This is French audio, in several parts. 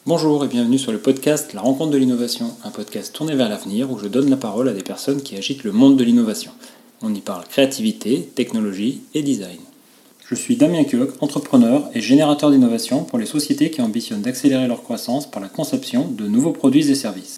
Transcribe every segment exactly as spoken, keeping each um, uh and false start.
Bonjour et bienvenue sur le podcast La Rencontre de l'Innovation, un podcast tourné vers l'avenir où je donne la parole à des personnes qui agitent le monde de l'innovation. On y parle créativité, technologie et design. Je suis Damien Kioc, entrepreneur et générateur d'innovation pour les sociétés qui ambitionnent d'accélérer leur croissance par la conception de nouveaux produits et services.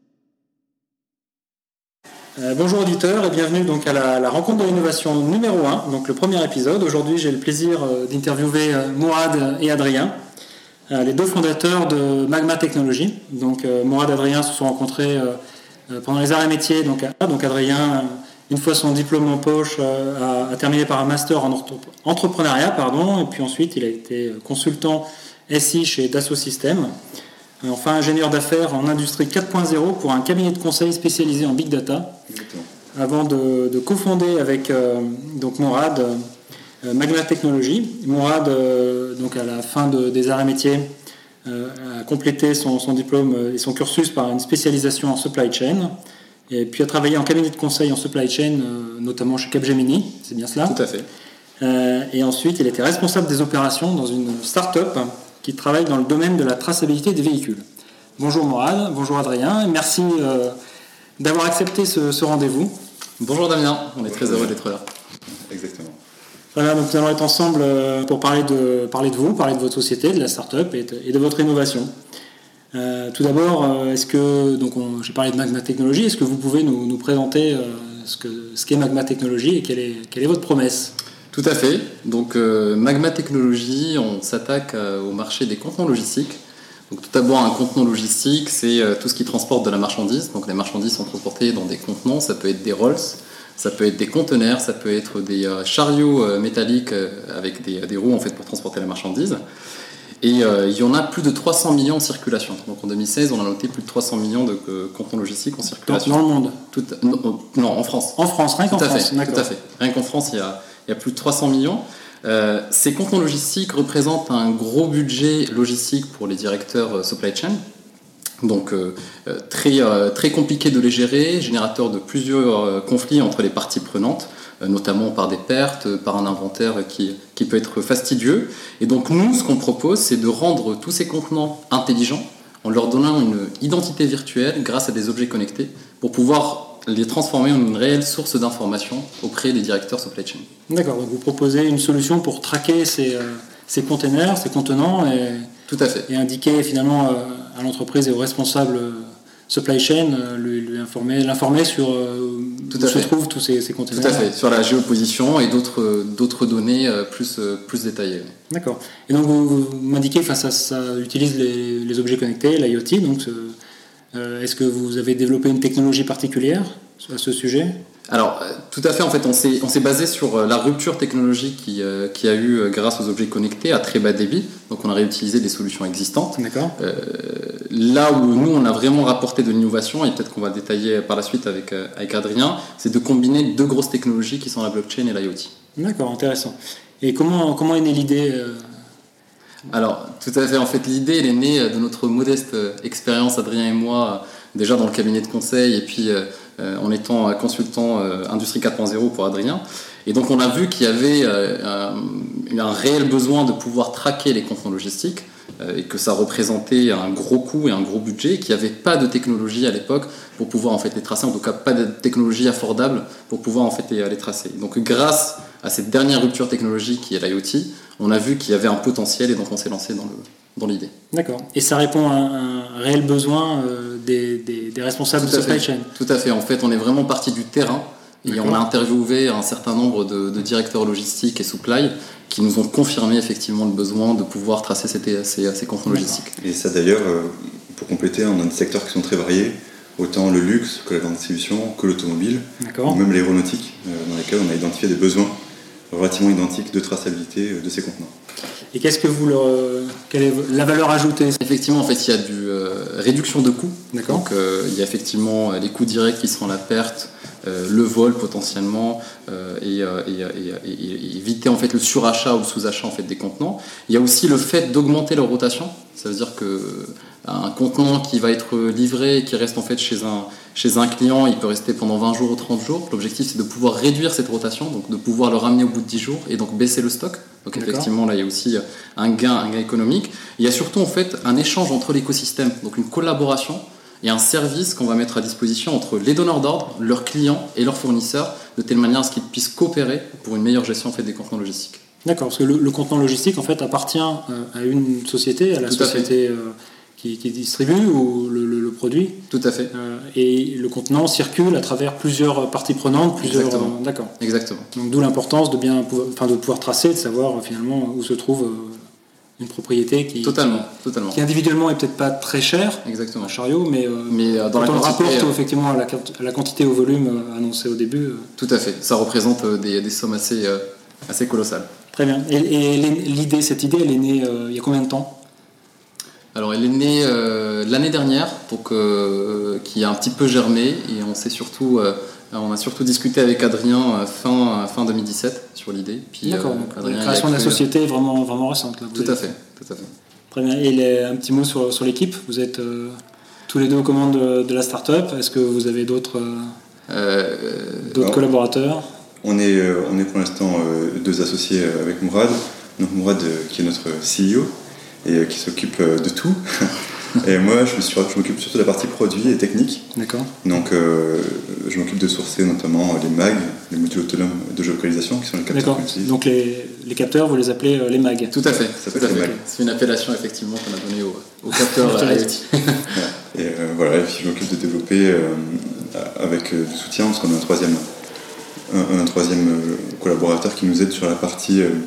Euh, bonjour auditeurs et bienvenue donc à la, la rencontre de l'innovation numéro un, donc le premier épisode. Aujourd'hui j'ai le plaisir euh, d'interviewer euh, Mourad et Adrien, euh, les deux fondateurs de Magma Technologies. Donc euh, Mourad et Adrien se sont rencontrés euh, euh, pendant les arts et métiers. Donc, à, donc Adrien, euh, une fois son diplôme en poche, euh, a, a terminé par un master en entre- entrepreneuriat, pardon, et puis ensuite il a été consultant S I chez Dassault Systèmes. Enfin, ingénieur d'affaires en industrie quatre point zéro pour un cabinet de conseil spécialisé en big data. Exactement. Avant de, de cofonder avec euh, donc Mourad euh, Magma Technologies. Mourad, euh, donc à la fin de, des arts et métiers, euh, a complété son, son diplôme et son cursus par une spécialisation en supply chain. Et puis a travaillé en cabinet de conseil en supply chain, euh, notamment chez Capgemini. C'est bien cela ? Tout à fait. Euh, et ensuite, il était responsable des opérations dans une start-up qui travaille dans le domaine de la traçabilité des véhicules. Bonjour Mourad, bonjour Adrien, merci euh, d'avoir accepté ce, ce rendez-vous. Bonjour Damien, on est très heureux d'être là. Exactement. Voilà, donc nous allons être ensemble euh, pour parler de, parler de vous, parler de votre société, de la start-up et de, et de votre innovation. Euh, tout d'abord, euh, est-ce que, donc on, j'ai parlé de Magma Technologies, est-ce que vous pouvez nous, nous présenter euh, ce, que, ce qu'est Magma Technologies et quelle est, quelle est votre promesse ? Tout à fait. Donc euh, Magma Technologies, on s'attaque euh, au marché des contenants logistiques. Donc tout d'abord, un contenant logistique, c'est euh, tout ce qui transporte de la marchandise. Donc les marchandises sont transportées dans des contenants, ça peut être des rolls, ça peut être des conteneurs, ça peut être des euh, chariots euh, métalliques euh, avec des, des roues en fait pour transporter la marchandise. Et euh, il y en a plus de trois cents millions en circulation. Donc en deux mille seize, on a noté plus de trois cents millions de euh, contenants logistiques en circulation. Dans, dans le monde tout, non, non, en France. En France, rien qu'en tout à France. Fait, tout à fait. Rien qu'en France, il y a, il y a plus de trois cents millions. Euh, ces contenants logistiques représentent un gros budget logistique pour les directeurs supply chain. Donc euh, très, euh, très compliqué de les gérer, générateur de plusieurs euh, conflits entre les parties prenantes, euh, notamment par des pertes, par un inventaire qui, qui peut être fastidieux. Et donc nous, ce qu'on propose, c'est de rendre tous ces contenants intelligents en leur donnant une identité virtuelle grâce à des objets connectés pour pouvoir les transformer en une réelle source d'information auprès des directeurs supply chain. D'accord, donc vous proposez une solution pour traquer ces, euh, ces containers, ces contenants et, Tout à fait. et indiquer finalement euh, à l'entreprise et aux responsables euh, supply chain, euh, lui, lui informer, l'informer sur euh, Tout où à se fait. trouvent tous ces, ces containers. Tout à fait, sur la géoposition et d'autres, d'autres données euh, plus, euh, plus détaillées. D'accord. Et donc vous, vous m'indiquez que ça, ça utilise les, les objets connectés, l'I O T, donc euh, est-ce que vous avez développé une technologie particulière à ce sujet ? Alors, euh, tout à fait, en fait, on s'est, on s'est basé sur euh, la rupture technologique qui, euh, qui a eu euh, grâce aux objets connectés à très bas débit. Donc, on a réutilisé des solutions existantes. D'accord. Euh, là où nous, on a vraiment rapporté de l'innovation, et peut-être qu'on va détailler par la suite avec, euh, avec Adrien, c'est de combiner deux grosses technologies qui sont la blockchain et l'I O T. D'accord, intéressant. Et comment, comment est née l'idée euh... Alors, tout à fait, en fait, l'idée, elle est née de notre modeste euh, expérience, Adrien et moi, euh, déjà dans le cabinet de conseil, et puis euh, euh, en étant consultant euh, Industrie quatre point zéro pour Adrien. Et donc on a vu qu'il y avait euh, un, un réel besoin de pouvoir traquer les contenants logistiques euh, et que ça représentait un gros coût et un gros budget, et qu'il n'y avait pas de technologie à l'époque pour pouvoir en fait les tracer, en tout cas pas de technologie affordable pour pouvoir en fait les, les tracer. Donc grâce à cette dernière rupture technologique qui est l'I O T, on a vu qu'il y avait un potentiel et donc on s'est lancé dans, le, dans l'idée. D'accord. Et ça répond à un, un réel besoin euh, des, des, des responsables de supply chain. Tout à fait. En fait, on est vraiment parti du terrain et D'accord. on a interviewé un certain nombre de, de directeurs logistiques et supply qui nous ont confirmé effectivement le besoin de pouvoir tracer ces, ces, ces contenants logistiques. Et ça d'ailleurs, pour compléter, on a des secteurs qui sont très variés, autant le luxe que la grande distribution, que l'automobile, D'accord. ou même l'aéronautique, dans lesquels on a identifié des besoins relativement identiques de traçabilité de ces contenants. Et qu'est-ce que vous leur, quelle est la valeur ajoutée ? Effectivement, en fait, il y a du euh, réduction de coûts. D'accord. Donc, euh, il y a effectivement les coûts directs qui sont la perte, euh, le vol potentiellement, euh, et, euh, et, et, et, et éviter en fait le surachat ou le sous-achat en fait des contenants. Il y a aussi le fait d'augmenter leur rotation. Ça veut dire qu'un contenant qui va être livré et qui reste en fait chez un, chez un client, il peut rester pendant vingt jours ou trente jours. L'objectif, c'est de pouvoir réduire cette rotation, donc de pouvoir le ramener au bout de dix jours et donc baisser le stock. Donc D'accord. effectivement, là, il y a aussi un gain, un gain économique. Il y a surtout en fait un échange entre l'écosystème, donc une collaboration et un service qu'on va mettre à disposition entre les donneurs d'ordre, leurs clients et leurs fournisseurs, de telle manière à ce qu'ils puissent coopérer pour une meilleure gestion en fait, des contenants logistiques. D'accord, parce que le, le contenant logistique en fait appartient à une société, à la Tout à société euh, qui, qui distribue ou le, le, le produit. Tout à fait. Euh, et le contenant circule à travers plusieurs parties prenantes, plusieurs. Exactement. Euh, d'accord. Exactement. Donc d'où l'importance de bien, pouvoir, enfin de pouvoir tracer, de savoir euh, finalement où se trouve euh, une propriété qui, totalement, totalement. qui individuellement est peut-être pas très cher, Exactement. un chariot, mais, euh, mais euh, dans quand la on le quantité, rapporte euh, effectivement à la, à la quantité au volume euh, annoncé au début. Euh, tout à fait. Ça représente euh, des, des sommes assez, euh, assez colossales. Très bien. Et, et l'idée, cette idée, elle est née euh, il y a combien de temps ? Alors, elle est née euh, l'année dernière, donc euh, qui a un petit peu germé, et on s'est surtout, euh, on a surtout discuté avec Adrien euh, fin fin deux mille dix-sept sur l'idée. Puis, D'accord. euh, donc Adrien, la création il de a la cru- société est vraiment vraiment récente là. Vous Tout à êtes- fait, tout à fait. Très bien. Et les- un petit mot sur sur l'équipe. Vous êtes euh, tous les deux aux commandes de, de la start-up. Est-ce que vous avez d'autres euh, Euh, d'autres non. collaborateurs ? On est, euh, on est pour l'instant euh, deux associés euh, avec Mourad. Donc Mourad euh, qui est notre C E O et euh, qui s'occupe euh, de tout. Et moi je, me suis- je m'occupe surtout de la partie produit et technique. D'accord. Donc euh, je m'occupe de sourcer notamment les M A G, les modules autonomes de géolocalisation qui sont les capteurs D'accord. qu'on utilise. Donc les, les capteurs, vous les appelez euh, les M A G. Tout à fait, Ça tout peut à être fait. mal. C'est une appellation effectivement qu'on a donnée au, au capteur Capteur I O I O T. T. Et euh, voilà, et puis je m'occupe de développer euh, avec euh, du soutien, parce qu'on a un troisième, un, un troisième euh, collaborateur qui nous aide sur la partie, euh,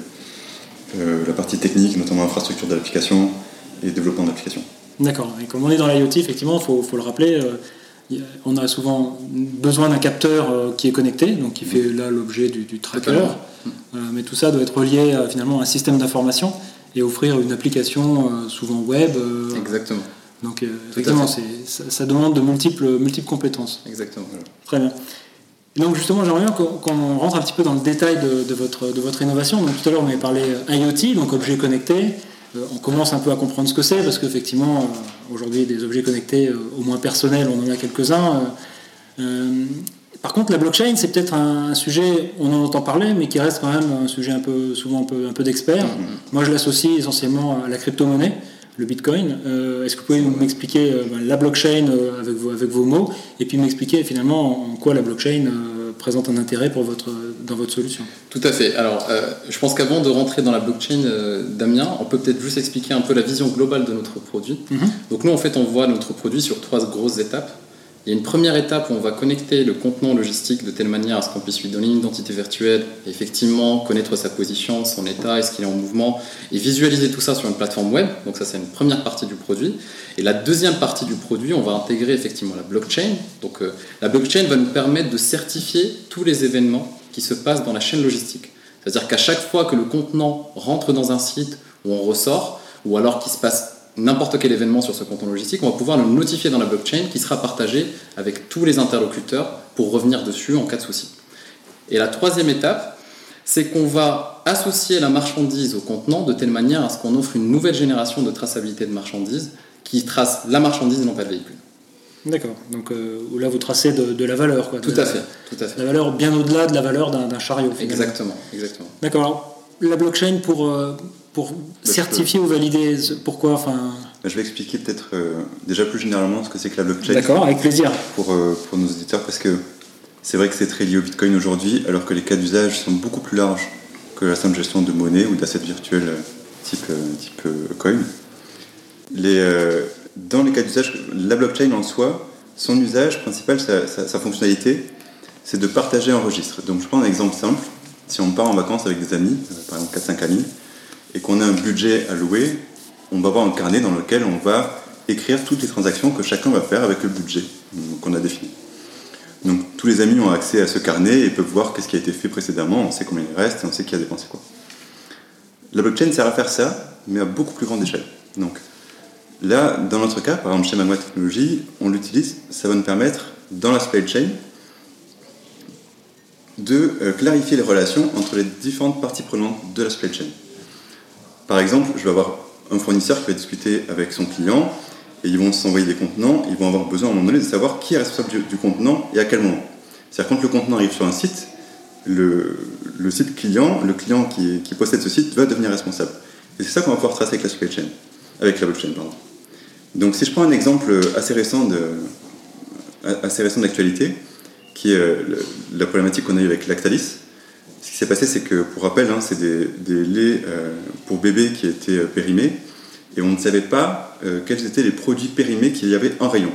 euh, la partie technique, notamment infrastructure de l'application et développement d'applications. D'accord. Et comme on est dans l'I O T, effectivement, il faut, faut le rappeler, euh, y a- on a souvent besoin d'un capteur euh, qui est connecté, donc qui fait là l'objet du, du tracker. Totalement. Voilà, mais tout ça doit être relié à, finalement à un système d'information et offrir une application euh, souvent web. euh, Exactement, donc euh, à effectivement, fait. c'est- ça, ça demande de multiples, multiples compétences. exactement. Très bien. Et donc justement, j'aimerais bien qu'on qu'on rentre un petit peu dans le détail de, de votre, de votre innovation. Donc tout à l'heure, on avait parlé euh, I O T, donc objets connectés. Euh, on commence un peu à comprendre ce que c'est, parce qu'effectivement, euh, aujourd'hui, des objets connectés, euh, au moins personnels, on en a quelques-uns. Euh, euh, par contre, la blockchain, c'est peut-être un, un sujet, on en entend parler, mais qui reste quand même un sujet un peu, souvent un peu, un peu d'expert. Mm-hmm. Moi, je l'associe essentiellement à la crypto-monnaie, le Bitcoin. Euh, Est-ce que vous pouvez m'expliquer euh, ben, la blockchain euh, avec, vos, avec vos mots, et puis m'expliquer finalement en quoi la blockchain euh, présente un intérêt pour votre, dans votre solution ? Tout à fait. Alors, euh, je pense qu'avant de rentrer dans la blockchain, euh, Damien, on peut peut-être juste expliquer un peu la vision globale de notre produit. Mhm. Donc nous, en fait, on voit notre produit sur trois grosses étapes. Il y a une première étape où on va connecter le contenant logistique de telle manière à ce qu'on puisse lui donner une identité virtuelle, et effectivement connaître sa position, son état, est-ce qu'il est en mouvement, et visualiser tout ça sur une plateforme web. Donc ça, c'est une première partie du produit. Et la deuxième partie du produit, on va intégrer effectivement la blockchain. Donc euh, la blockchain va nous permettre de certifier tous les événements qui se passent dans la chaîne logistique. C'est-à-dire qu'à chaque fois que le contenant rentre dans un site où on ressort, ou alors qu'il se passe n'importe quel événement sur ce contenant logistique, on va pouvoir le notifier dans la blockchain qui sera partagé avec tous les interlocuteurs pour revenir dessus en cas de souci. Et la troisième étape, c'est qu'on va associer la marchandise au contenant de telle manière à ce qu'on offre une nouvelle génération de traçabilité de marchandise qui trace la marchandise et non pas le véhicule. D'accord. Donc euh, là, vous tracez de, de la valeur, quoi. Tout De- à fait, tout à fait. La valeur bien au-delà de la valeur d'un d'un chariot. finalement. Exactement, exactement. D'accord. Alors, la blockchain pour, euh, pour certifier ou valider, ce- pourquoi enfin, Je vais expliquer peut-être euh, déjà plus généralement ce que c'est que la blockchain D'accord, avec plaisir. pour, euh, pour nos auditeurs, parce que c'est vrai que c'est très lié au Bitcoin aujourd'hui, alors que les cas d'usage sont beaucoup plus larges que la simple gestion de monnaie ou d'assets virtuels euh, type, euh, type euh, coin. Les, euh, dans les cas d'usage, la blockchain en soi, son usage principal, sa, sa- sa fonctionnalité, c'est de partager un registre. Donc je prends un exemple simple. Si on part en vacances avec des amis, euh, par exemple quatre cinq amis, et qu'on a un budget alloué, on va avoir un carnet dans lequel on va écrire toutes les transactions que chacun va faire avec le budget euh, qu'on a défini. Donc tous les amis ont accès à ce carnet et peuvent voir qu'est-ce qui a été fait précédemment, on sait combien il reste et on sait qui a dépensé quoi. La blockchain sert à faire ça, mais à beaucoup plus grande échelle. Donc là, dans notre cas, par exemple chez Magma Technologies, on l'utilise, ça va nous permettre, dans la supply chain, de euh, clarifier les relations entre les différentes parties prenantes de la supply chain. Par exemple, je vais avoir un fournisseur qui va discuter avec son client et ils vont s'envoyer des contenants, ils vont avoir besoin à un moment donné de savoir qui est responsable du, du contenant et à quel moment. C'est-à-dire quand le contenant arrive sur un site, le, le site client, le client qui, qui possède ce site va devenir responsable. Et c'est ça qu'on va pouvoir tracer avec la supply chain, avec la blockchain, pardon. Donc si je prends un exemple assez récent de, assez récent d'actualité, qui est le, la problématique qu'on a eue avec Lactalis. Ce qui s'est passé, c'est que, pour rappel, hein, c'est des, des laits euh, pour bébés qui étaient euh, périmés, et on ne savait pas euh, quels étaient les produits périmés qu'il y avait en rayon.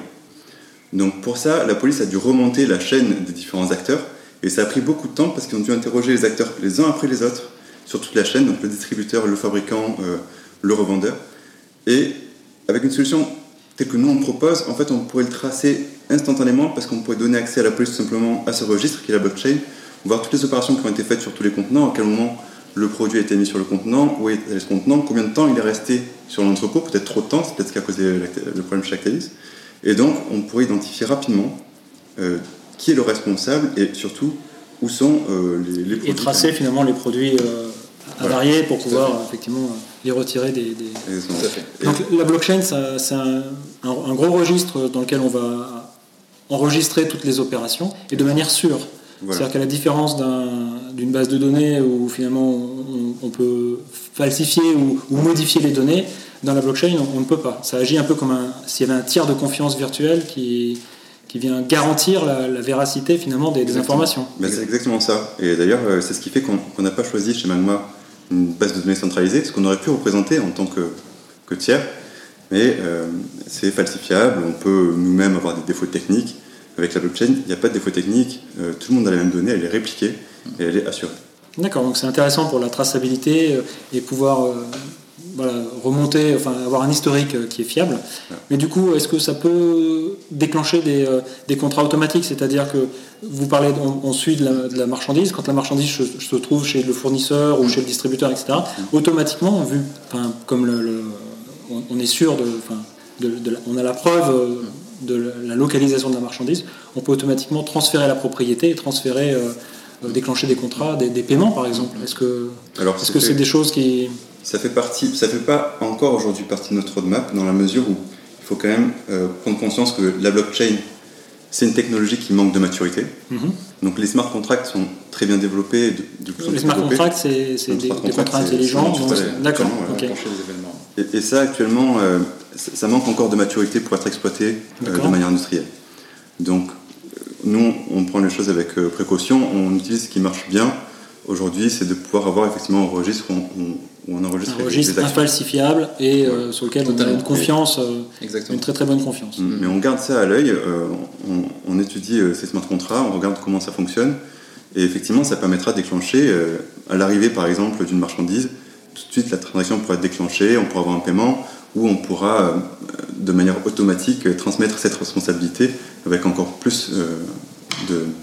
Donc pour ça, la police a dû remonter la chaîne des différents acteurs, et ça a pris beaucoup de temps parce qu'ils ont dû interroger les acteurs les uns après les autres sur toute la chaîne, donc le distributeur, le fabricant, euh, le revendeur. Et avec une solution telle que nous on propose, en fait on pourrait le tracer instantanément parce qu'on pourrait donner accès à la police tout simplement à ce registre qui est la blockchain, voir toutes les opérations qui ont été faites sur tous les contenants, à quel moment le produit a été mis sur le contenant, où est allé ce contenant, combien de temps il est resté sur l'entrepôt, peut-être trop de temps, c'est peut-être ce qui a causé le problème chez Lactalis. Et donc on pourrait identifier rapidement euh, qui est le responsable et surtout où sont euh, les, les produits. Et tracer finalement les produits euh, avariés voilà, pour pouvoir euh, effectivement les retirer des... des... Tout à fait. Donc et la blockchain, ça, c'est un, un, un gros registre dans lequel on va enregistrer toutes les opérations et de manière sûre. Voilà. C'est-à-dire qu'à la différence d'un, d'une base de données où finalement on, on peut falsifier ou, ou modifier les données, dans la blockchain on, on ne peut pas. Ça agit un peu comme un, s'il y avait un tiers de confiance virtuel qui, qui vient garantir la, la véracité finalement des, des informations. Ben, c'est exactement ça. Et d'ailleurs c'est ce qui fait qu'on n'a pas choisi chez Magma une base de données centralisée, ce qu'on aurait pu représenter en tant que, que tiers, mais euh, c'est falsifiable, on peut nous-mêmes avoir des défauts techniques. Avec la blockchain, il n'y a pas de défaut technique, euh, tout le monde a la même donnée, elle est répliquée et elle est assurée. D'accord, donc c'est intéressant pour la traçabilité euh, et pouvoir euh, voilà, remonter, enfin avoir un historique euh, qui est fiable. Ouais. Mais du coup, est-ce que ça peut déclencher des, euh, des contrats automatiques ? C'est-à-dire que vous parlez, on, on suit de la, de la marchandise, quand la marchandise se, se trouve chez le fournisseur ou chez le distributeur, et cetera, mmh. automatiquement, vu, comme le, le, on est sûr, de, de, de, on a la preuve... Euh, de la localisation de la marchandise, on peut automatiquement transférer la propriété et transférer, euh, déclencher des contrats, des, des paiements par exemple. Est-ce que, Alors, est-ce que fait, c'est des choses qui... Ça fait partie, ça fait pas encore aujourd'hui partie de notre roadmap dans la mesure où il faut quand même euh, prendre conscience que la blockchain, c'est une technologie qui manque de maturité. Mm-hmm. Donc les smart contracts sont très bien développés. De, de plus les smart développés. contracts, c'est, c'est des, des contrats intelligents. Donc, d'accord. Okay. Et, et ça, actuellement, euh, ça manque encore de maturité pour être exploité euh, de manière industrielle. Donc, nous, on prend les choses avec euh, précaution, on utilise ce qui marche bien. Aujourd'hui, c'est de pouvoir avoir effectivement un registre où on, où on enregistre un registre infalsifiable et euh, sur lequel Totalement. on a une confiance, euh, une très très bonne confiance. Mmh. Mais on garde ça à l'œil, euh, on, on étudie euh, ces smart contrats, on regarde comment ça fonctionne. Et effectivement, ça permettra de déclencher, euh, à l'arrivée par exemple d'une marchandise, tout de suite la transaction pourra être déclenchée, on pourra avoir un paiement, où on pourra euh, de manière automatique euh, transmettre cette responsabilité avec encore plus euh, de... Euh,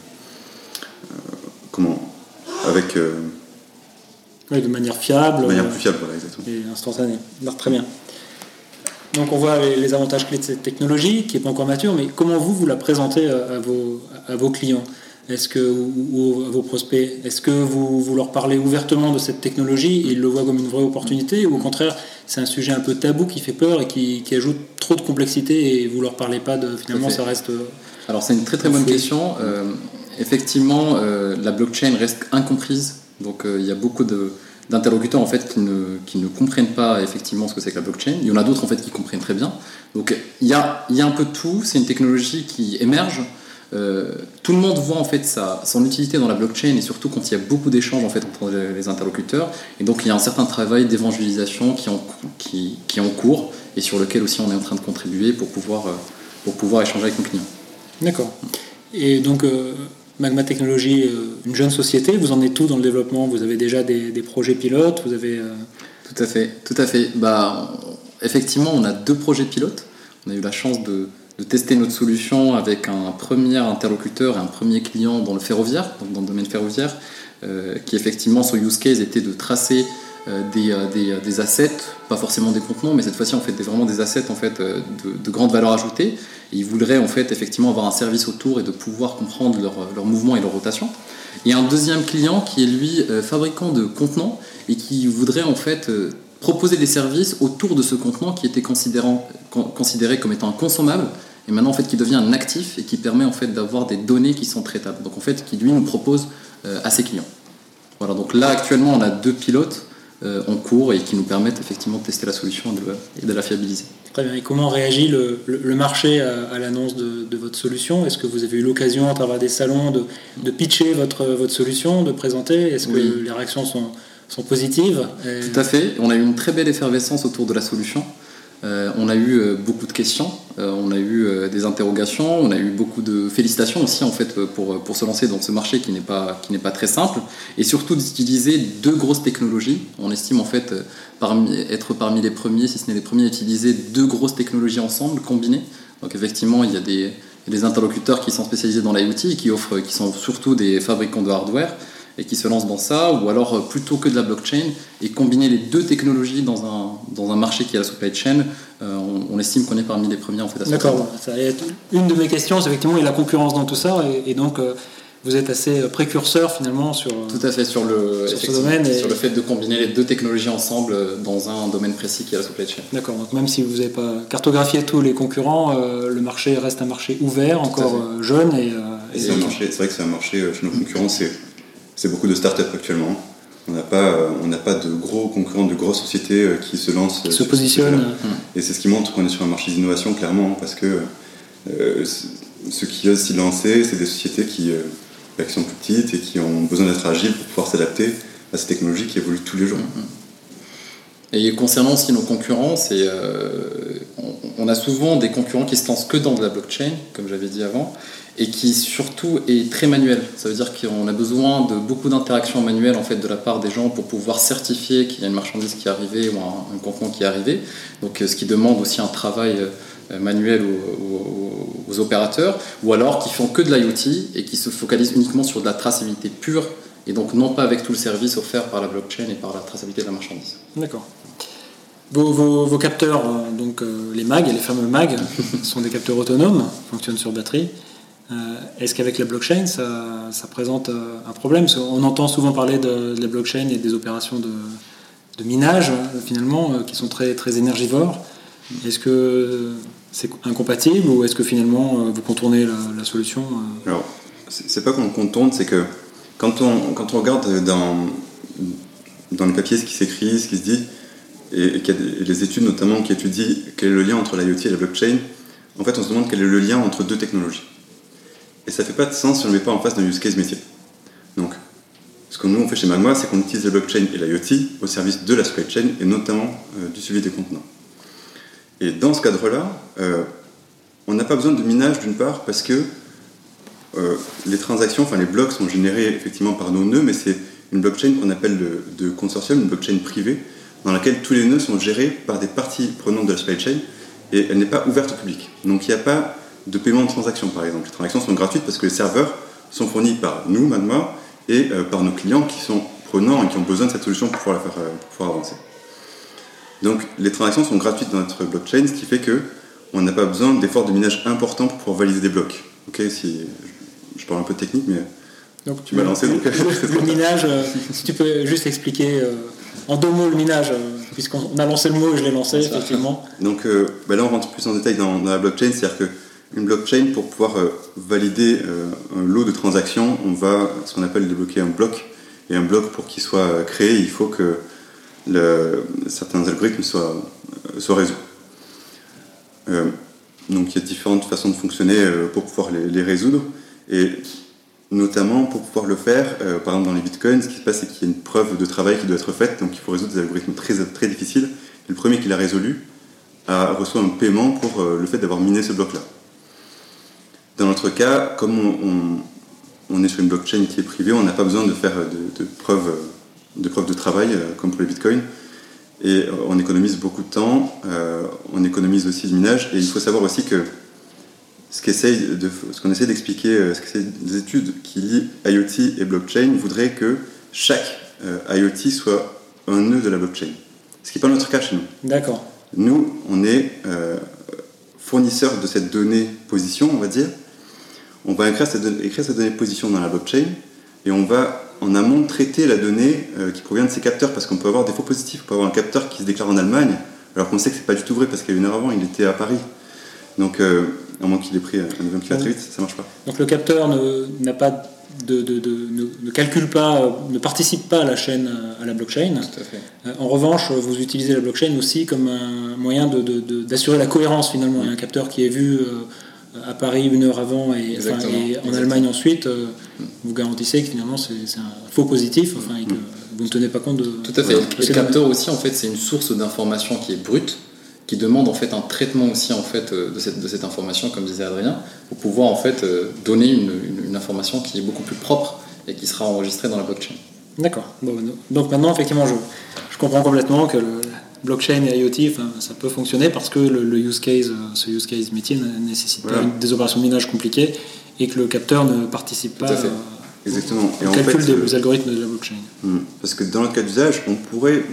comment avec... Euh, oui, de manière fiable. De manière plus fiable, voilà, exactement. Et instantanée. Alors, très bien. Donc on voit les, les avantages clés de cette technologie, qui n'est pas encore mature, mais comment vous, vous la présentez à, à, vos, à vos clients ? Est-ce que, ou, ou à vos prospects, est-ce que vous, vous leur parlez ouvertement de cette technologie et ils le voient comme une vraie opportunité, ou au contraire c'est un sujet un peu tabou qui fait peur et qui, qui ajoute trop de complexité et vous leur parlez pas de finalement ça reste... Alors c'est une très très bonne fouille. question. Euh, effectivement euh, la blockchain reste incomprise, donc euh, il y a beaucoup de, d'interlocuteurs en fait qui ne, qui ne comprennent pas effectivement ce que c'est que la blockchain. Il y en a d'autres en fait qui comprennent très bien. Donc il y a, il y a un peu de tout, c'est une technologie qui émerge. Euh, tout le monde voit en fait sa, son utilité dans la blockchain et surtout quand il y a beaucoup d'échanges en fait entre les, les interlocuteurs, et donc il y a un certain travail d'évangélisation qui est en, qui, qui est en cours et sur lequel aussi on est en train de contribuer pour pouvoir, pour pouvoir échanger avec nos clients. D'accord. Et donc euh, Magma Technologies, euh, une jeune société, vous en êtes où dans le développement ? Vous avez déjà des, des projets pilotes, vous avez, euh... Tout à fait, tout à fait. Bah, effectivement, on a deux projets pilotes. On a eu la chance de de tester notre solution avec un premier interlocuteur et un premier client dans le ferroviaire, donc dans le domaine ferroviaire, euh, qui effectivement, son use case était de tracer euh, des, euh, des, des assets, pas forcément des contenants, mais cette fois-ci, on fait des, vraiment des assets en fait, euh, de, de grande valeur ajoutée. Et ils voudraient en fait, effectivement avoir un service autour et de pouvoir comprendre leur, leur mouvement et leur rotation. Et un deuxième client qui est lui euh, fabricant de contenants et qui voudrait en fait... Euh, proposer des services autour de ce contenant qui était considéré comme étant un consommable, et maintenant en fait qui devient un actif et qui permet en fait d'avoir des données qui sont traitables. Donc en fait qui lui nous propose euh, à ses clients. Voilà, donc là actuellement on a deux pilotes euh, en cours et qui nous permettent effectivement de tester la solution et de, et de la fiabiliser. Très bien. Et comment réagit le, le, le marché à, à l'annonce de, de votre solution? Est-ce que vous avez eu l'occasion à travers des salons de, de pitcher votre, votre solution, de présenter? Est-ce que oui. les réactions sont, sont positives? Et... Tout à fait. On a eu une très belle effervescence autour de la solution. Euh, on a eu euh, beaucoup de questions, euh, on a eu euh, des interrogations, on a eu beaucoup de félicitations aussi en fait pour, pour se lancer dans ce marché qui n'est pas, qui n'est pas très simple, et surtout d'utiliser deux grosses technologies. On estime en fait euh, parmi, être parmi les premiers, si ce n'est les premiers, à utiliser deux grosses technologies ensemble, combinées. Donc effectivement il y a des, il y a des interlocuteurs qui sont spécialisés dans l'IoT et qui offrent, qui sont surtout des fabricants de hardware et qui se lancent dans ça, ou alors plutôt que de la blockchain, et combiner les deux technologies dans un, dans un marché qui est la supply chain, euh, on, on estime qu'on est parmi les premiers en fait à ce D'accord, ça va être une de mes questions, c'est effectivement il y a la concurrence dans tout ça, et, et donc euh, vous êtes assez précurseur finalement sur, tout à fait, sur, le, sur ce domaine. Et... sur le fait de combiner les deux technologies ensemble dans un domaine précis qui est la supply chain. D'accord, donc même si vous n'avez pas cartographié tous les concurrents, euh, le marché reste un marché ouvert, encore euh, jeune. Et, euh, et c'est, un marché, c'est vrai que c'est un marché, chez nos concurrents, c'est... C'est beaucoup de startups actuellement. On n'a pas, on n'a pas de gros concurrents, de grosses sociétés qui se lancent. Qui se positionnent. Et c'est ce qui montre qu'on est sur un marché d'innovation, clairement, parce que euh, ceux qui osent s'y lancer, c'est des sociétés qui, euh, qui sont plus petites et qui ont besoin d'être agiles pour pouvoir s'adapter à ces technologies qui évoluent tous les jours. Et concernant aussi nos concurrents, c'est, euh, on, on a souvent des concurrents qui se lancent que dans de la blockchain, comme j'avais dit avant, et qui surtout est très manuel. Ça veut dire qu'on a besoin de beaucoup d'interactions manuelles en fait, de la part des gens pour pouvoir certifier qu'il y a une marchandise qui est arrivée ou un, un contenant qui est arrivé. Donc, ce qui demande aussi un travail manuel aux, aux, aux opérateurs, ou alors qui font que de l'IoT et qui se focalisent uniquement sur de la traçabilité pure, et donc non pas avec tout le service offert par la blockchain et par la traçabilité de la marchandise. D'accord. Vos, vos, vos capteurs, donc euh, les mag, les fameux mag, sont des capteurs autonomes, fonctionnent sur batterie. Euh, est-ce qu'avec la blockchain, ça, ça présente euh, un problème? Parce qu'on entend souvent parler de, de la blockchain et des opérations de, de minage, euh, finalement, euh, qui sont très, très énergivores. Est-ce que c'est incompatible ou est-ce que finalement euh, vous contournez la, la solution euh... Alors, c'est, c'est pas qu'on contourne, c'est que quand on, quand on regarde dans, dans les papiers ce qui s'écrit, ce qui se dit, et, et, qu'il y a des, et les études notamment qui étudient quel est le lien entre l'IoT et la blockchain, en fait on se demande quel est le lien entre deux technologies. Et ça ne fait pas de sens si on ne le met pas en face d'un use case métier. Donc, ce que nous on fait chez Magma, c'est qu'on utilise la blockchain et l'IoT au service de la supply chain et notamment euh, du suivi des contenants. Et dans ce cadre-là, euh, on n'a pas besoin de minage d'une part parce que euh, les transactions, enfin les blocs sont générés effectivement par nos nœuds, mais c'est une blockchain qu'on appelle de, de consortium, une blockchain privée, dans laquelle tous les nœuds sont gérés par des parties prenantes de la supply chain et elle n'est pas ouverte au public. Donc il n'y a pas de paiement de transactions par exemple. Les transactions sont gratuites parce que les serveurs sont fournis par nous, Magma, et euh, par nos clients qui sont prenants et qui ont besoin de cette solution pour pouvoir, la faire, euh, pour pouvoir avancer. Donc les transactions sont gratuites dans notre blockchain, ce qui fait qu'on n'a pas besoin d'efforts de minage importants pour pouvoir valider des blocs. Ok, si, je parle un peu de technique, mais donc, tu m'as lancé. Donc... Le, le minage, euh, si tu peux juste expliquer euh, en deux mots le minage, euh, puisqu'on a lancé le mot et je l'ai lancé, effectivement. Donc euh, bah là on rentre plus en détail dans, dans la blockchain, c'est-à-dire que une blockchain, pour pouvoir euh, valider euh, un lot de transactions, on va ce qu'on appelle débloquer un bloc. Et un bloc, pour qu'il soit créé, il faut que le, certains algorithmes soient, euh, soient résolus. Euh, donc il y a différentes façons de fonctionner euh, pour pouvoir les, les résoudre. Et notamment pour pouvoir le faire, euh, par exemple dans les bitcoins, ce qui se passe, c'est qu'il y a une preuve de travail qui doit être faite. Donc il faut résoudre des algorithmes très, très difficiles. Et le premier qui l'a résolu a reçu un paiement pour euh, le fait d'avoir miné ce bloc-là. Dans notre cas, comme on, on, on est sur une blockchain qui est privée, on n'a pas besoin de faire de, de, preuves, de preuves de travail, euh, comme pour les bitcoins. Et euh, on économise beaucoup de temps, euh, on économise aussi le minage. Et il faut savoir aussi que ce, de, ce qu'on essaie d'expliquer, euh, ce que c'est des études qui lient IoT et blockchain voudraient que chaque euh, IoT soit un nœud de la blockchain. Ce qui n'est pas notre cas chez nous. D'accord. Nous, on est euh, fournisseur de cette donnée position, on va dire. On va écrire cette, écrire cette donnée position dans la blockchain et on va en amont traiter la donnée euh, qui provient de ces capteurs, parce qu'on peut avoir des faux positifs. On peut avoir un capteur qui se déclare en Allemagne, alors qu'on sait que c'est pas du tout vrai, parce qu'il y a une heure avant, il était à Paris. Donc, euh, à moins qu'il ait pris un avion qui va très vite, ça marche pas. Donc le capteur ne, n'a pas de, de, de, ne, ne calcule pas, ne participe pas à la chaîne, à la blockchain. Tout à fait. En revanche, vous utilisez la blockchain aussi comme un moyen de, de, de, d'assurer la cohérence finalement. Il y a un capteur qui est vu euh, à Paris une heure avant et, enfin, et en Exactement. Allemagne ensuite. Euh, vous garantissez que finalement c'est, c'est un faux positif, enfin, et que vous ne tenez pas compte de... Tout à fait. De, le capteur aussi, en fait, c'est une source d'information qui est brute, qui demande en fait un traitement aussi en fait de cette, de cette information, comme disait Adrien, pour pouvoir en fait donner une, une, une information qui est beaucoup plus propre et qui sera enregistrée dans la blockchain. D'accord. Bon, donc maintenant effectivement je, je comprends complètement que le blockchain et IoT, enfin, ça peut fonctionner parce que le, le use case, ce use case métier ne nécessite voilà. pas des opérations de minage compliquées et que le capteur ne participe pas euh, Exactement. au, au calcul fait, des euh, algorithmes de la blockchain. Parce que dans le cas d'usage, on pourrait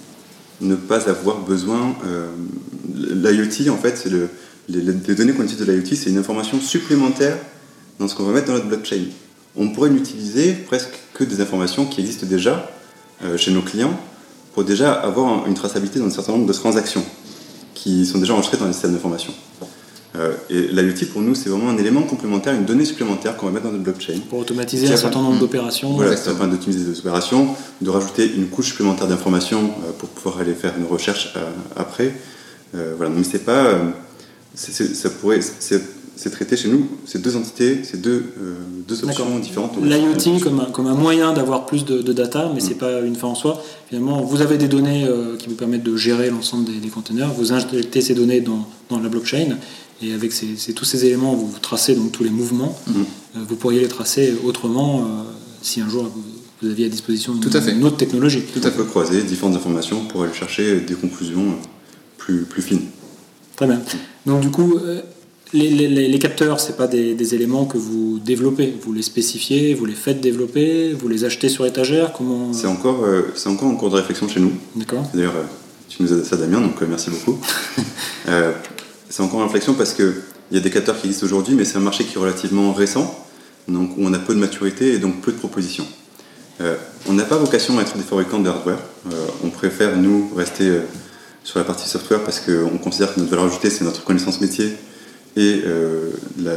ne pas avoir besoin. Euh, L'IoT, en fait, c'est le, les, les données qu'on utilise de l'IoT, c'est une information supplémentaire dans ce qu'on va mettre dans notre blockchain. On pourrait n'utiliser presque que des informations qui existent déjà euh, chez nos clients pour déjà avoir une traçabilité dans un certain nombre de transactions qui sont déjà enregistrées dans les systèmes d'information. Euh, et l'IoT, pour nous, c'est vraiment un élément complémentaire, une donnée supplémentaire qu'on va mettre dans notre blockchain. Pour automatiser un certain nombre d'opérations. Voilà, ça permet d'optimiser des opérations, de rajouter une couche supplémentaire d'informations euh, pour pouvoir aller faire une recherche euh, après. Euh, voilà, mais c'est pas, euh, c'est, c'est, ça pourrait, c'est, c'est traité chez nous, c'est deux entités, c'est deux, euh, deux options D'accord. différentes. L'IoT comme un, comme un moyen d'avoir plus de, de data, mais mmh. c'est pas une fin en soi. Finalement, vous avez des données euh, qui vous permettent de gérer l'ensemble des, des containers, vous injectez ces données dans, dans la blockchain, et avec ces, ces, tous ces éléments, vous, vous tracez donc tous les mouvements. Mmh. Euh, vous pourriez les tracer autrement euh, si un jour vous, vous aviez à disposition une, Tout à fait. une autre technologie. Tout à fait, croiser différentes informations pour aller chercher des conclusions plus, plus fines. Très bien. Donc du coup, euh, les, les, les capteurs, ce n'est pas des, des éléments que vous développez, vous les spécifiez, vous les faites développer, vous les achetez sur étagère, comment... C'est encore, euh, c'est encore en cours de réflexion chez nous. D'accord. D'ailleurs, euh, tu nous as dit ça, Damien, donc euh, merci beaucoup. euh, c'est encore en réflexion parce qu'il y a des capteurs qui existent aujourd'hui, mais c'est un marché qui est relativement récent, donc où on a peu de maturité et donc peu de propositions. Euh, on n'a pas vocation à être des fabricants de hardware. Euh, on préfère, nous, rester euh, sur la partie software parce qu'on considère que notre valeur ajoutée, c'est notre connaissance métier et euh, la,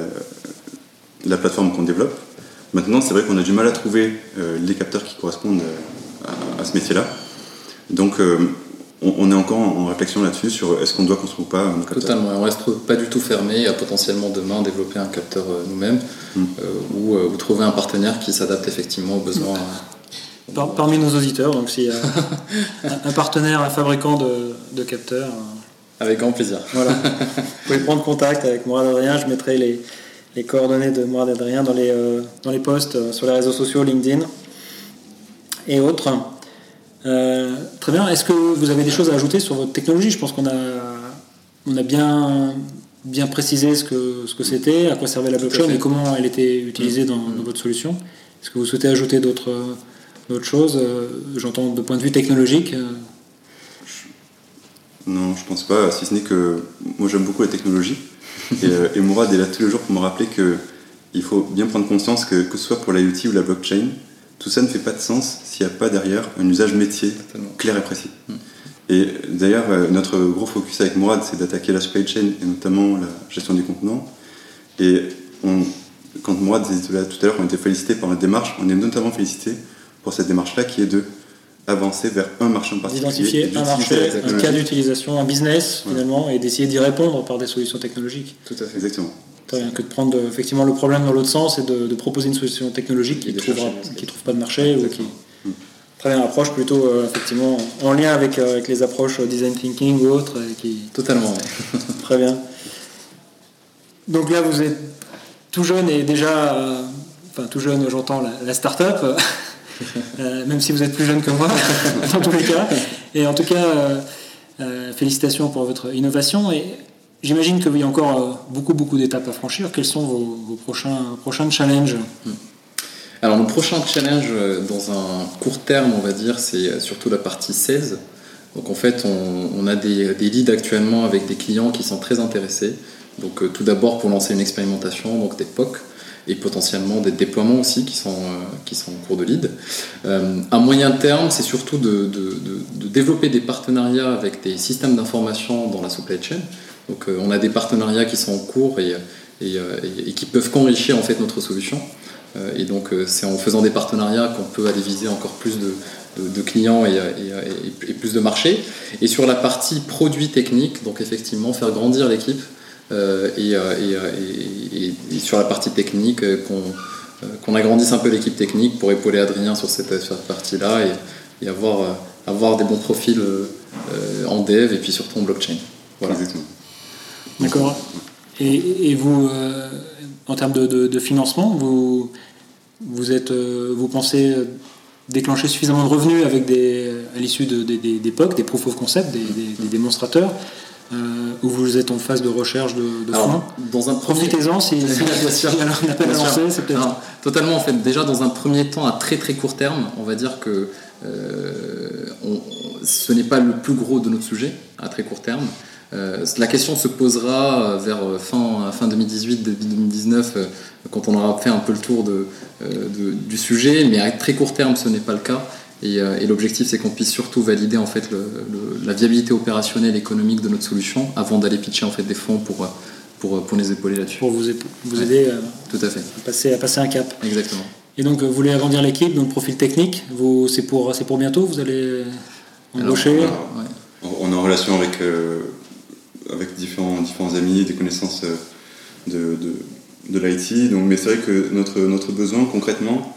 la plateforme qu'on développe. Maintenant, c'est vrai qu'on a du mal à trouver euh, les capteurs qui correspondent à, à ce métier-là. Donc, euh, on, on est encore en réflexion là-dessus sur est-ce qu'on doit construire ou pas un capteur. Totalement, on ne reste pas du tout fermé à potentiellement demain développer un capteur euh, nous-mêmes mm. euh, ou, euh, ou trouver un partenaire qui s'adapte effectivement aux besoins. Mm. Par, parmi nos auditeurs, donc s'il y a un, un partenaire, un fabricant de, de capteurs. Avec grand plaisir. Voilà. Vous pouvez prendre contact avec Mourad Adrien, je mettrai les, les coordonnées de Mourad Adrien dans les, euh, dans les posts euh, sur les réseaux sociaux, LinkedIn et autres. Euh, très bien. Est-ce que vous avez des choses à ajouter sur votre technologie ? Je pense qu'on a, on a bien, bien précisé ce que, ce que c'était, à quoi servait la blockchain et comment elle était utilisée dans, dans votre solution. Est-ce que vous souhaitez ajouter d'autres, d'autres choses ? J'entends de point de vue technologique. Non, je pense pas, si ce n'est que moi j'aime beaucoup la technologie et, euh, et Mourad est là tous les jours pour me rappeler qu'il faut bien prendre conscience que que ce soit pour l'IoT ou la blockchain, tout ça ne fait pas de sens s'il n'y a pas derrière un usage métier Totalement. clair et précis. Mmh. Et d'ailleurs, euh, notre gros focus avec Mourad, c'est d'attaquer la supply chain et notamment la gestion des contenants. Et on, quand Mourad disait là, tout à l'heure qu'on était félicité par notre démarche, on est notamment félicité pour cette démarche-là qui est de avancer vers un marché en particulier. D'identifier un marché, un cas d'utilisation, un business ouais. finalement, et d'essayer d'y répondre par des solutions technologiques. Tout à fait, exactement. Très bien, que de prendre de, effectivement le problème dans l'autre sens et de, de proposer une solution technologique qui ne trouve pas de marché. Ou qui... Mmh. Très bien, approche plutôt euh, effectivement en lien avec, euh, avec les approches design thinking ou autres. Et qui... Totalement, ouais. Très bien. Donc là, vous êtes tout jeune et déjà, euh, enfin tout jeune, j'entends la, la start-up. Euh, même si vous êtes plus jeune que moi, dans tous les cas. Et en tout cas, euh, euh, félicitations pour votre innovation. Et j'imagine qu'il y a encore euh, beaucoup, beaucoup d'étapes à franchir. Quels sont vos, vos prochains, prochains challenges ? Alors, nos prochains challenges, dans un court terme, on va dire, c'est surtout la partie sales. Donc, en fait, on, on a des, des leads actuellement avec des clients qui sont très intéressés. Donc, euh, tout d'abord, pour lancer une expérimentation, donc des P O C. et potentiellement des déploiements aussi qui sont, euh, qui sont en cours de lead. Euh, à moyen terme, c'est surtout de, de, de, de développer des partenariats avec des systèmes d'information dans la supply chain. Donc euh, on a des partenariats qui sont en cours et, et, et, et qui peuvent qu'enrichir en fait notre solution. Euh, et donc euh, c'est en faisant des partenariats qu'on peut aller viser encore plus de, de, de clients et, et, et, et plus de marchés. Et sur la partie produit technique, donc effectivement faire grandir l'équipe. Euh, et, et, et, et sur la partie technique, euh, qu'on, euh, qu'on agrandisse un peu l'équipe technique pour épauler Adrien sur cette, sur cette partie-là et, et avoir, euh, avoir des bons profils euh, en dev et puis surtout en blockchain. Voilà. Exactement. D'accord. Et, et vous, euh, en termes de, de, de financement, vous, vous, êtes, euh, vous pensez déclencher suffisamment de revenus avec des, à l'issue de, de, des, des P O C, des Proof of Concept, des, des, des démonstrateurs Euh, où vous êtes en phase de recherche de, de Alors, fonds. Dans un premier... Profitez-en si, si, si il y a un appel à lancer, c'est peut-être... Alors, totalement, en fait. Déjà, dans un premier temps, à très très court terme, on va dire que euh, on, ce n'est pas le plus gros de notre sujet, à très court terme. Euh, la question se posera vers fin, fin deux mille dix-huit, deux mille dix-neuf, euh, quand on aura fait un peu le tour de, euh, de, du sujet, mais à très court terme, ce n'est pas le cas. Et, euh, et l'objectif, c'est qu'on puisse surtout valider en fait, le, le, la viabilité opérationnelle et économique de notre solution avant d'aller pitcher en fait, des fonds pour, pour, pour les épauler là-dessus. Pour vous, vous aider euh, Tout à, fait. À, passer, à passer un cap. Exactement. Et donc, vous voulez agrandir l'équipe, donc profil technique, vous, c'est, pour, c'est pour bientôt, vous allez embaucher? Alors, ouais. On est en relation avec, euh, avec différents, différents amis, des connaissances de, de, de l'I T, donc, mais c'est vrai que notre, notre besoin concrètement,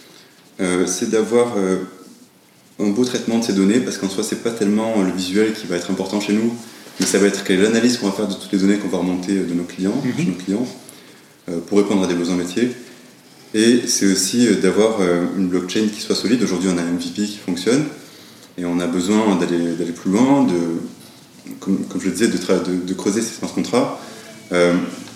euh, c'est d'avoir... Euh, un beau traitement de ces données, parce qu'en soi c'est pas tellement le visuel qui va être important chez nous, mais ça va être quelle est l'analyse qu'on va faire de toutes les données qu'on va remonter de nos clients, mm-hmm. chez nos clients, euh, pour répondre à des besoins métiers. Et c'est aussi d'avoir euh, une blockchain qui soit solide. Aujourd'hui on a un M V P qui fonctionne, et on a besoin d'aller, d'aller plus loin, de, comme, comme je le disais, de, tra- de, de creuser ces smart contrats. Euh,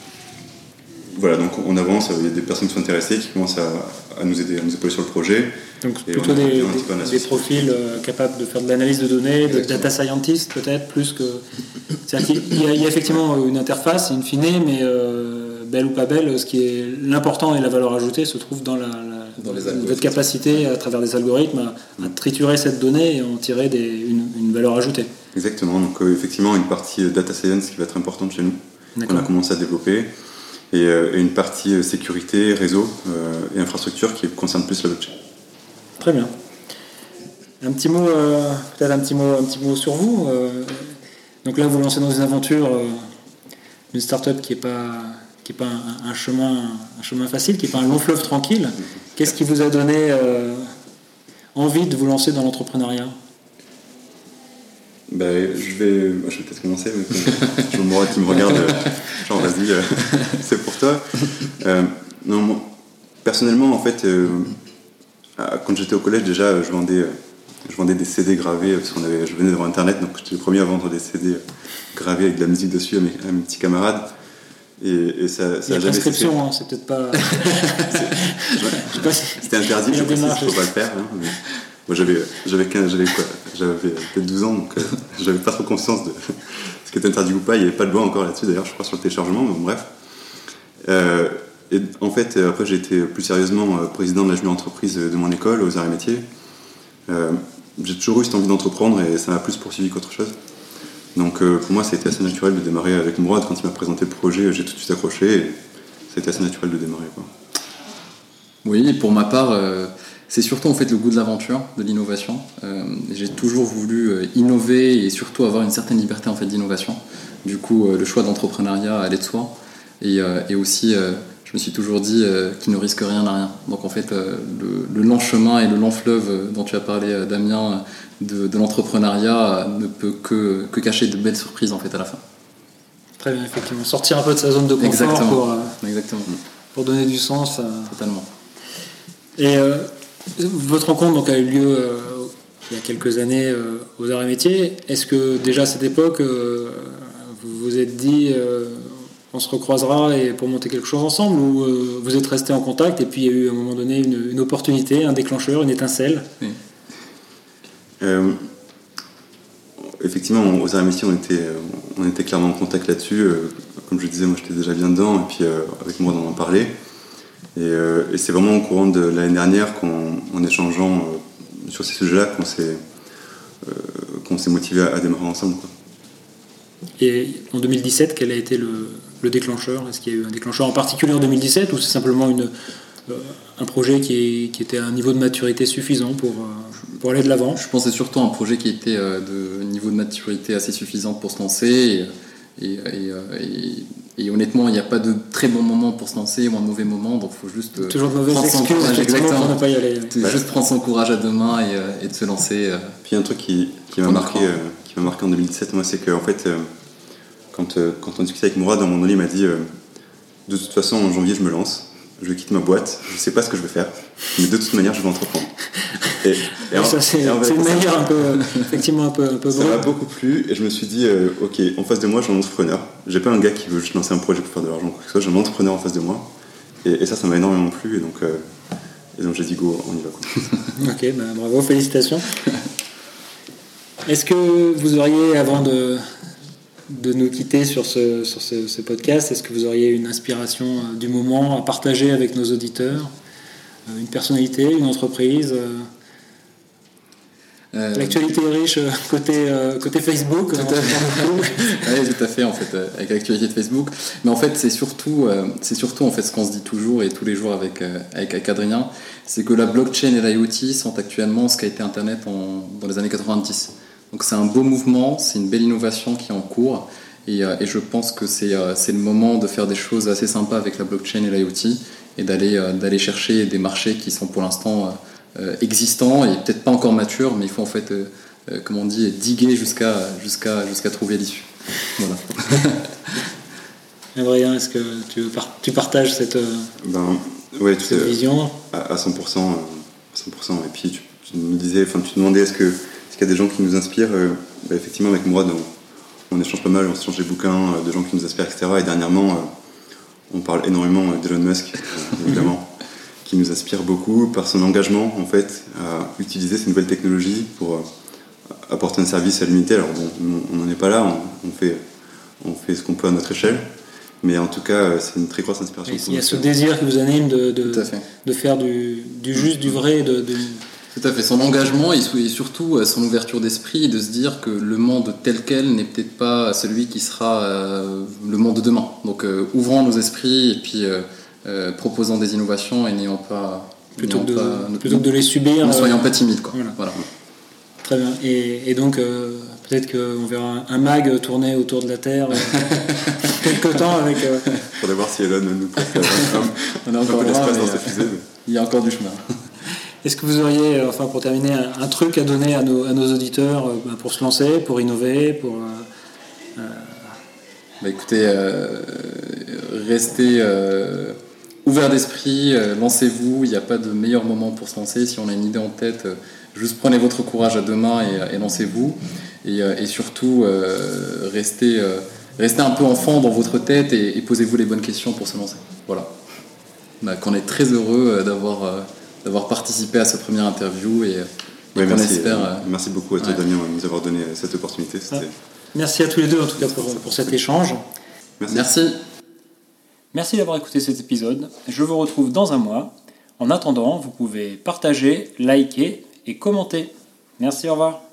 voilà, donc on avance, il y a des personnes qui sont intéressées, qui commencent à, à nous aider, à nous épauler sur le projet. Donc et plutôt des, des, des profils euh, capables de faire de l'analyse de données, de data scientist peut-être, plus que... C'est-à-dire qu'il y a, il y a effectivement une interface, in fine, mais euh, belle ou pas belle, ce qui est l'important et la valeur ajoutée se trouve dans, la, la, dans les votre capacité, à travers des algorithmes, à, à triturer cette donnée et en tirer des, une, une valeur ajoutée. Exactement, donc euh, effectivement une partie data science qui va être importante chez nous, D'accord. qu'on a commencé à développer, et, euh, et une partie euh, sécurité, réseau euh, et infrastructure qui concerne plus la blockchain. Très bien. Un petit mot, euh, peut-être un petit mot, un petit mot sur vous. Euh, donc là, vous lancez dans une aventure, euh, une start-up qui n'est pas, qui est pas un, un chemin, un chemin facile, qui n'est pas un long fleuve tranquille. Qu'est-ce qui vous a donné euh, envie de vous lancer dans l'entrepreneuriat ? Ben, je vais, je vais peut-être commencer. Je vois Mourad qui me regarde, genre vas-y, euh, c'est pour toi. Euh, non, moi, personnellement, en fait. Euh, Quand j'étais au collège, déjà, je vendais, je vendais des C D gravés, parce qu'on avait, je venais devant Internet, donc j'étais le premier à vendre des C D gravés avec de la musique dessus à mes, à mes petits camarades. Et, et ça, ça Il y a a jamais prescription, cessé. Hein, c'est peut-être pas... c'est, ouais, je sais pas si... C'était interdit, je précise, il ne faut pas le faire. Hein, mais... Moi, j'avais, j'avais, quinze, j'avais, quoi, j'avais peut-être douze ans, donc euh, j'avais pas trop conscience de ce qui était interdit ou pas. Il n'y avait pas de loi encore là-dessus, d'ailleurs, je crois, sur le téléchargement, mais bon, bref. Euh, Et en fait, après, j'ai été plus sérieusement président de la junior entreprise de mon école, aux arts et métiers. Euh, j'ai toujours eu cette envie d'entreprendre et ça m'a plus poursuivi qu'autre chose. Donc euh, pour moi, ça a été assez naturel de démarrer avec Mourad. Quand il m'a présenté le projet, j'ai tout de suite accroché et ça a été assez naturel de démarrer, quoi. Oui, pour ma part, euh, c'est surtout en fait le goût de l'aventure, de l'innovation. Euh, j'ai toujours voulu euh, innover et surtout avoir une certaine liberté en fait d'innovation. Du coup, euh, le choix d'entrepreneuriat allait de soi. Et, euh, et aussi... Euh, je me suis toujours dit euh, qu'il ne risque rien à rien. Donc en fait, euh, le, le long chemin et le long fleuve euh, dont tu as parlé, euh, Damien, de, de l'entrepreneuriat, euh, ne peut que, que cacher de belles surprises en fait à la fin. Très bien, effectivement. Sortir un peu de sa zone de confort. Exactement. Pour, euh, Exactement. pour donner du sens. À... Totalement. Et euh, votre rencontre donc, a eu lieu euh, il y a quelques années euh, aux Arts et Métiers. Est-ce que déjà à cette époque, euh, vous vous êtes dit... Euh, on se recroisera et pour monter quelque chose ensemble, ou euh, vous êtes restés en contact et puis il y a eu à un moment donné une, une opportunité, un déclencheur, une étincelle? Oui. euh, Effectivement, aux Arts et Métiers, on était, on était clairement en contact là-dessus. Euh, comme je disais, moi j'étais déjà bien dedans et puis euh, avec moi on en parlait. Et, euh, et c'est vraiment au courant de l'année dernière, qu'en, en échangeant euh, sur ces sujets-là, qu'on s'est, euh, qu'on s'est motivé à, à démarrer ensemble, quoi. Et en deux mille dix-sept, quel a été le, le déclencheur ? Est-ce qu'il y a eu un déclencheur en particulier en deux mille dix-sept ou c'est simplement une, euh, un projet qui, est, qui était à un niveau de maturité suffisant pour, euh, pour aller de l'avant ? Je pense que c'est surtout un projet qui était euh, de niveau de maturité assez suffisant pour se lancer. Et, et, et, et, et honnêtement, il n'y a pas de très bon moment pour se lancer ou un mauvais moment, donc il faut juste euh, toujours de mauvaises prendre son excuses, courage, exactement, pour ne pas y aller. Ouais. Juste prendre son courage à deux mains et, euh, et de se lancer. Euh, Puis un truc qui, qui, m'a marqué, euh, qui m'a marqué en deux mille dix-sept, moi, c'est qu'en fait, euh, quand, euh, quand on discutait avec Mourad, dans mon oli, il m'a dit euh, de toute façon, en janvier, je me lance, je quitte ma boîte, je ne sais pas ce que je vais faire, mais de toute manière, je vais entreprendre. Et, et en, ça, c'est, et c'est une manière un peu, effectivement, un peu, un peu ça m'a beaucoup plu, et je me suis dit, euh, ok, en face de moi, j'ai un entrepreneur. J'ai pas un gars qui veut juste lancer un projet pour faire de l'argent ou quoi que ce soit, j'ai un entrepreneur en face de moi. Et, et ça, ça m'a énormément plu, et donc, euh, et donc j'ai dit, go, on y va, quoi. Ok, bah, bravo, félicitations. Est-ce que vous auriez, avant de, de nous quitter sur ce, sur ce, ce podcast, est-ce que vous auriez une inspiration euh, du moment à partager avec nos auditeurs ? euh, Une personnalité, une entreprise euh... Euh, L'actualité est riche côté, euh, côté Facebook. Tout à fait. Oui, tout à fait, en fait, euh, avec l'actualité de Facebook. Mais en fait, c'est surtout, euh, c'est surtout en fait, ce qu'on se dit toujours et tous les jours avec, euh, avec, avec Adrien, c'est que la blockchain et l'IoT sont actuellement ce qu'a été Internet en, dans les années quatre-vingt-dix. Donc c'est un beau mouvement, c'est une belle innovation qui est en cours. Et, euh, et je pense que c'est, euh, c'est le moment de faire des choses assez sympas avec la blockchain et l'IoT et d'aller, euh, d'aller chercher des marchés qui sont pour l'instant... Euh, Euh, existant et peut-être pas encore mature, mais il faut en fait, euh, euh, comme on dit, diguer jusqu'à, jusqu'à, jusqu'à trouver l'issue. Voilà. Adrien, est-ce que tu, par- tu partages cette, ben, ouais, cette tu, vision à, à cent pour cent, à cent pour cent. Et puis tu, tu me disais, enfin tu demandais est-ce, que, est-ce qu'il y a des gens qui nous inspirent euh, bah, effectivement, avec Mourad, on, on échange pas mal, on échange des bouquins, euh, de gens qui nous inspirent, et cetera. Et dernièrement, euh, on parle énormément d'Elon Musk, euh, évidemment. Qui nous inspire beaucoup par son engagement en fait à utiliser ces nouvelles technologies pour euh, apporter un service à l'humanité. Alors bon, on n'en est pas là, on, on, fait, on fait ce qu'on peut à notre échelle, mais en tout cas c'est une très grosse inspiration. Il y a ce désir qui vous anime de, de, de faire du, du juste, du vrai. De, de... Tout à fait, son engagement et surtout son ouverture d'esprit, de se dire que le monde tel quel n'est peut-être pas celui qui sera euh, le monde de demain. Donc euh, ouvrons nos esprits et puis... Euh, Euh, proposant des innovations et n'ayant pas plutôt, n'ayant que, de, pas, plutôt que de les subir, ne soyons pas timides quoi. Voilà. Voilà. Très bien. Et, et donc euh, peut-être qu'on verra un mag tourner autour de la Terre euh, quelque temps avec. Il euh... faudrait voir si Elon nous prête un, un, un peu l'espace dans euh, ses fusées. Mais... Il y a encore du chemin. Est-ce que vous auriez, enfin pour terminer, un, un truc à donner à nos, à nos auditeurs euh, pour se lancer, pour innover, pour euh, euh... Bah, écoutez, euh, restez euh, ouvert d'esprit, euh, lancez-vous, il n'y a pas de meilleur moment pour se lancer. Si on a une idée en tête, euh, juste prenez votre courage à deux mains et, et lancez-vous. Et, euh, et surtout, euh, restez, euh, restez un peu enfant dans votre tête et, et posez-vous les bonnes questions pour se lancer. Voilà. Bah, qu'on est très heureux d'avoir, euh, d'avoir participé à cette première interview. Et, et ouais, merci, espère, euh, merci beaucoup à toi, ouais. Damien, de nous avoir donné cette opportunité. C'était... Merci à tous les deux, en tout cas, pour, pour cet échange. Merci. Merci. Merci d'avoir écouté cet épisode. Je vous retrouve dans un mois. En attendant, vous pouvez partager, liker et commenter. Merci, au revoir.